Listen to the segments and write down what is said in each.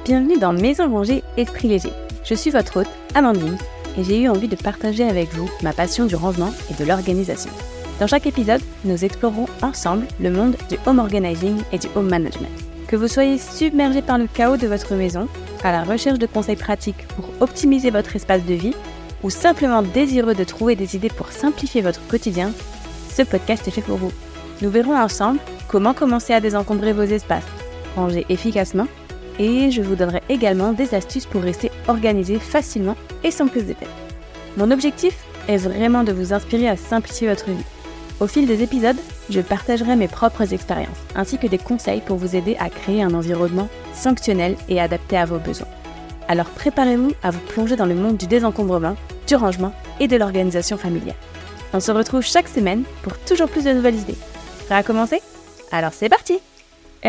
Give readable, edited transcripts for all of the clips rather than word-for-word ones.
Bienvenue dans Maison Rangée Esprit Léger. Je suis votre hôte, Amandine, et j'ai eu envie de partager avec vous ma passion du rangement et de l'organisation. Dans chaque épisode, nous explorerons ensemble le monde du home organizing et du home management. Que vous soyez submergé par le chaos de votre maison, à la recherche de conseils pratiques pour optimiser votre espace de vie, ou simplement désireux de trouver des idées pour simplifier votre quotidien, ce podcast est fait pour vous. Nous verrons ensemble comment commencer à désencombrer vos espaces, ranger efficacement, et je vous donnerai également des astuces pour rester organisé facilement et sans prise de tête. Mon objectif est vraiment de vous inspirer à simplifier votre vie. Au fil des épisodes, je partagerai mes propres expériences, ainsi que des conseils pour vous aider à créer un environnement fonctionnel et adapté à vos besoins. Alors préparez-vous à vous plonger dans le monde du désencombrement, du rangement et de l'organisation familiale. On se retrouve chaque semaine pour toujours plus de nouvelles idées. Prêt à commencer ? Alors c'est parti ! Hello !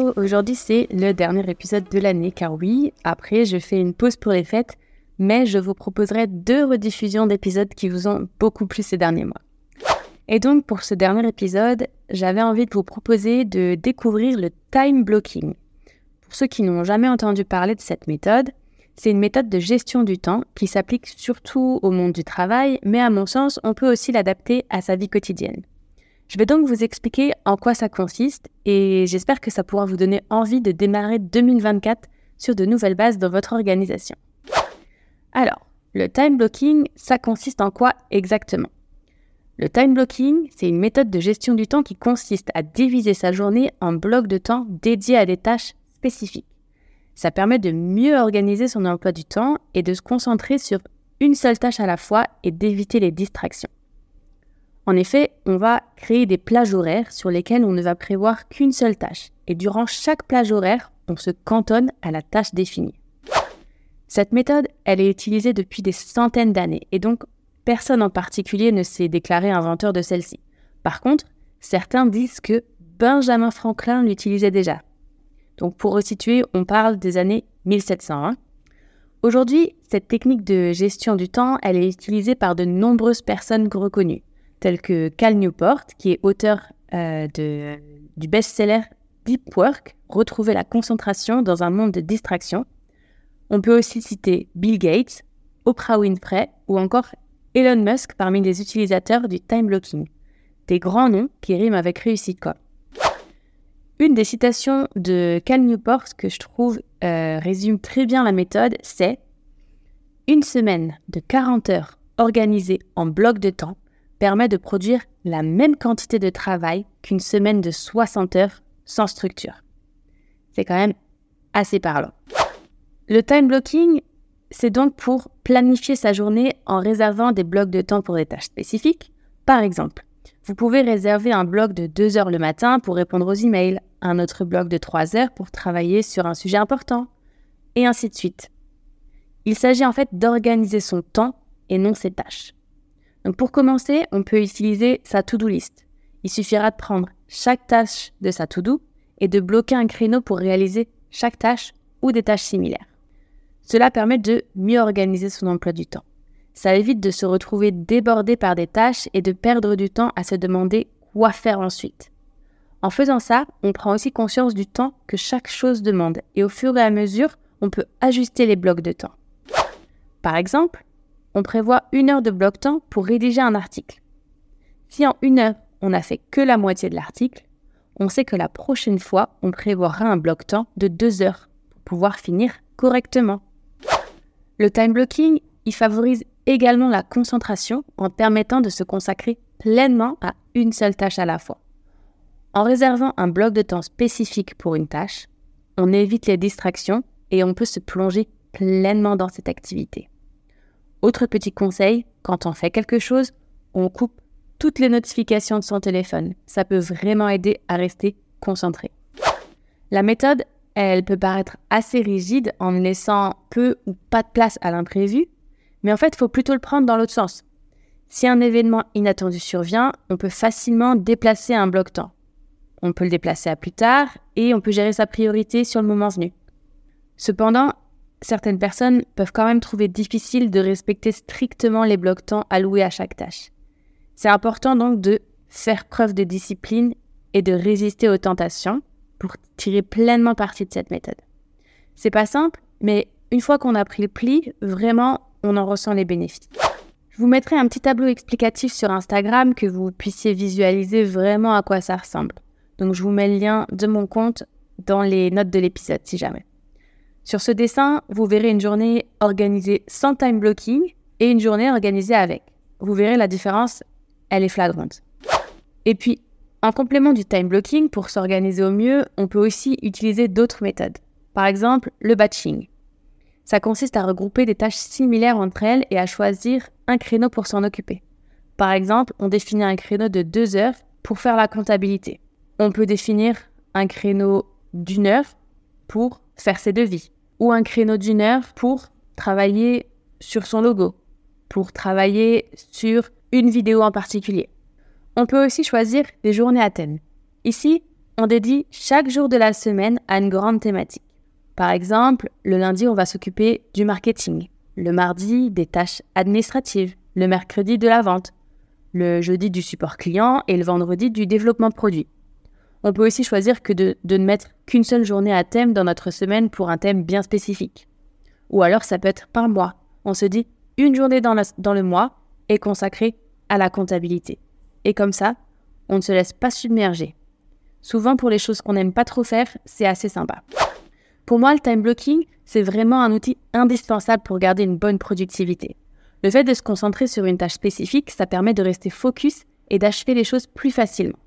Aujourd'hui c'est le dernier épisode de l'année, car oui, après je fais une pause pour les fêtes, mais je vous proposerai 2 rediffusions d'épisodes qui vous ont beaucoup plu ces derniers mois. Et donc pour ce dernier épisode, j'avais envie de vous proposer de découvrir le time blocking. Pour ceux qui n'ont jamais entendu parler de cette méthode, c'est une méthode de gestion du temps qui s'applique surtout au monde du travail, mais à mon sens, on peut aussi l'adapter à sa vie quotidienne. Je vais donc vous expliquer en quoi ça consiste et j'espère que ça pourra vous donner envie de démarrer 2024 sur de nouvelles bases dans votre organisation. Alors, le time blocking, ça consiste en quoi exactement ? Le time blocking, c'est une méthode de gestion du temps qui consiste à diviser sa journée en blocs de temps dédiés à des tâches spécifiques. Ça permet de mieux organiser son emploi du temps et de se concentrer sur une seule tâche à la fois et d'éviter les distractions. En effet, on va créer des plages horaires sur lesquelles on ne va prévoir qu'une seule tâche. Et durant chaque plage horaire, on se cantonne à la tâche définie. Cette méthode, elle est utilisée depuis des centaines d'années et donc personne en particulier ne s'est déclaré inventeur de celle-ci. Par contre, certains disent que Benjamin Franklin l'utilisait déjà. Donc pour resituer, on parle des années 1700. Aujourd'hui, cette technique de gestion du temps, elle est utilisée par de nombreuses personnes reconnues, telles que Cal Newport, qui est auteur du best-seller Deep Work, Retrouver la concentration dans un monde de distraction. On peut aussi citer Bill Gates, Oprah Winfrey ou encore Elon Musk parmi les utilisateurs du time blocking. Des grands noms qui riment avec réussite, quoi. Une des citations de Cal Newport que je trouve résume très bien la méthode, c'est « Une semaine de 40 heures organisée en blocs de temps permet de produire la même quantité de travail qu'une semaine de 60 heures sans structure. » C'est quand même assez parlant. Le time blocking, c'est donc pour planifier sa journée en réservant des blocs de temps pour des tâches spécifiques. Par exemple, vous pouvez réserver un bloc de 2 heures le matin pour répondre aux emails, un autre bloc de 3 heures pour travailler sur un sujet important, et ainsi de suite. Il s'agit en fait d'organiser son temps et non ses tâches. Donc pour commencer, on peut utiliser sa to-do list. Il suffira de prendre chaque tâche de sa to-do et de bloquer un créneau pour réaliser chaque tâche ou des tâches similaires. Cela permet de mieux organiser son emploi du temps. Ça évite de se retrouver débordé par des tâches et de perdre du temps à se demander quoi faire ensuite. En faisant ça, on prend aussi conscience du temps que chaque chose demande et au fur et à mesure, on peut ajuster les blocs de temps. Par exemple, on prévoit 1 heure de bloc temps pour rédiger un article. Si en 1 heure, on n'a fait que la moitié de l'article, on sait que la prochaine fois, on prévoira un bloc temps de 2 heures pour pouvoir finir correctement. Le time blocking, il favorise également la concentration en permettant de se consacrer pleinement à une seule tâche à la fois. En réservant un bloc de temps spécifique pour une tâche, on évite les distractions et on peut se plonger pleinement dans cette activité. Autre petit conseil, quand on fait quelque chose, on coupe toutes les notifications de son téléphone. Ça peut vraiment aider à rester concentré. La méthode, elle peut paraître assez rigide en laissant peu ou pas de place à l'imprévu, mais en fait, il faut plutôt le prendre dans l'autre sens. Si un événement inattendu survient, on peut facilement déplacer un bloc-temps. On peut le déplacer à plus tard et on peut gérer sa priorité sur le moment venu. Cependant, certaines personnes peuvent quand même trouver difficile de respecter strictement les blocs-temps alloués à chaque tâche. C'est important donc de faire preuve de discipline et de résister aux tentations pour tirer pleinement parti de cette méthode. C'est pas simple, mais une fois qu'on a pris le pli, vraiment, on en ressent les bénéfices. Je vous mettrai un petit tableau explicatif sur Instagram que vous puissiez visualiser vraiment à quoi ça ressemble. Donc, je vous mets le lien de mon compte dans les notes de l'épisode, si jamais. Sur ce dessin, vous verrez une journée organisée sans time blocking et une journée organisée avec. Vous verrez la différence, elle est flagrante. Et puis, en complément du time blocking, pour s'organiser au mieux, on peut aussi utiliser d'autres méthodes. Par exemple, le batching. Ça consiste à regrouper des tâches similaires entre elles et à choisir un créneau pour s'en occuper. Par exemple, on définit un créneau de 2 heures pour faire la comptabilité. On peut définir un créneau d'1 heure pour faire ses devis, ou un créneau d'1 heure pour travailler sur son logo, pour travailler sur une vidéo en particulier. On peut aussi choisir des journées à thème. Ici, on dédie chaque jour de la semaine à une grande thématique. Par exemple, le lundi, on va s'occuper du marketing, le mardi, des tâches administratives, le mercredi, de la vente, le jeudi, du support client et le vendredi, du développement de produits. On peut aussi choisir que de ne mettre qu'une seule journée à thème dans notre semaine pour un thème bien spécifique. Ou alors, ça peut être par mois. On se dit, une journée dans le mois est consacrée à la comptabilité. Et comme ça, on ne se laisse pas submerger. Souvent, pour les choses qu'on n'aime pas trop faire, c'est assez sympa. Pour moi, le time blocking, c'est vraiment un outil indispensable pour garder une bonne productivité. Le fait de se concentrer sur une tâche spécifique, ça permet de rester focus et d'achever les choses plus facilement.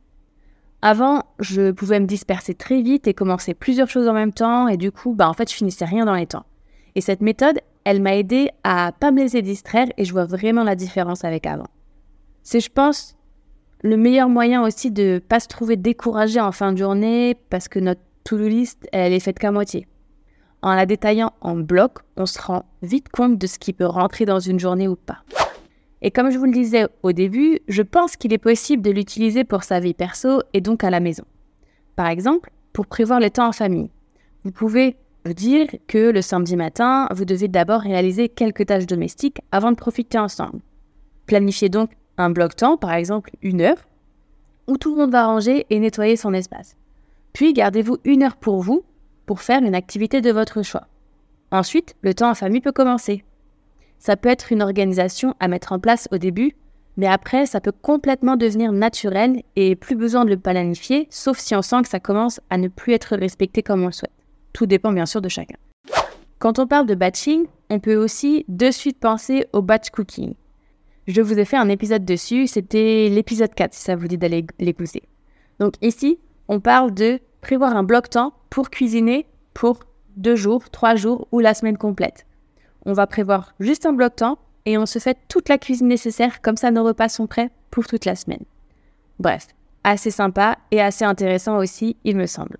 Avant, je pouvais me disperser très vite et commencer plusieurs choses en même temps et du coup, je finissais rien dans les temps. Et cette méthode, elle m'a aidé à pas me laisser distraire et je vois vraiment la différence avec avant. C'est, je pense, le meilleur moyen aussi de pas se trouver découragé en fin de journée parce que notre to-do list, elle est faite qu'à moitié. En la détaillant en blocs, on se rend vite compte de ce qui peut rentrer dans une journée ou pas. Et comme je vous le disais au début, je pense qu'il est possible de l'utiliser pour sa vie perso et donc à la maison. Par exemple, pour prévoir le temps en famille. Vous pouvez vous dire que le samedi matin, vous devez d'abord réaliser quelques tâches domestiques avant de profiter ensemble. Planifiez donc un bloc-temps, par exemple 1 heure, où tout le monde va ranger et nettoyer son espace. Puis gardez-vous 1 heure pour vous, pour faire une activité de votre choix. Ensuite, le temps en famille peut commencer. Ça peut être une organisation à mettre en place au début, mais après, ça peut complètement devenir naturel et plus besoin de le planifier, sauf si on sent que ça commence à ne plus être respecté comme on le souhaite. Tout dépend bien sûr de chacun. Quand on parle de batching, on peut aussi de suite penser au batch cooking. Je vous ai fait un épisode dessus, c'était l'épisode 4 si ça vous dit d'aller l'écouter. Donc ici, on parle de prévoir un bloc-temps pour cuisiner pour 2 jours, 3 jours ou la semaine complète. On va prévoir juste un bloc-temps et on se fait toute la cuisine nécessaire, comme ça nos repas sont prêts pour toute la semaine. Bref, assez sympa et assez intéressant aussi, il me semble.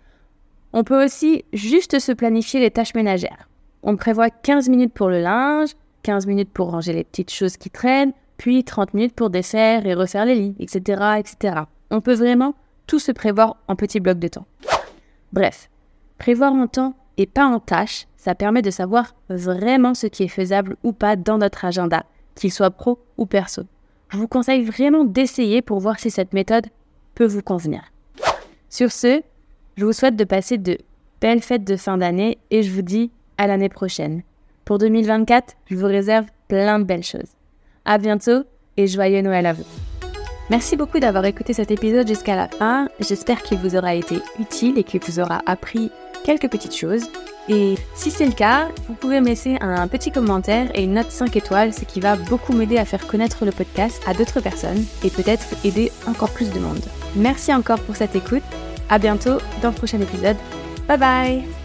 On peut aussi juste se planifier les tâches ménagères. On prévoit 15 minutes pour le linge, 15 minutes pour ranger les petites choses qui traînent, puis 30 minutes pour défaire et refaire les lits, etc., etc. On peut vraiment tout se prévoir en petits blocs de temps. Bref, prévoir en temps et pas en tâches, ça permet de savoir vraiment ce qui est faisable ou pas dans notre agenda, qu'il soit pro ou perso. Je vous conseille vraiment d'essayer pour voir si cette méthode peut vous convenir. Sur ce, je vous souhaite de passer de belles fêtes de fin d'année et je vous dis à l'année prochaine. Pour 2024, je vous réserve plein de belles choses. À bientôt et joyeux Noël à vous. Merci beaucoup d'avoir écouté cet épisode jusqu'à la fin. J'espère qu'il vous aura été utile et qu'il vous aura appris quelques petites choses. Et si c'est le cas, vous pouvez me laisser un petit commentaire et une note 5 étoiles, ce qui va beaucoup m'aider à faire connaître le podcast à d'autres personnes et peut-être aider encore plus de monde. Merci encore pour cette écoute. À bientôt dans le prochain épisode. Bye bye!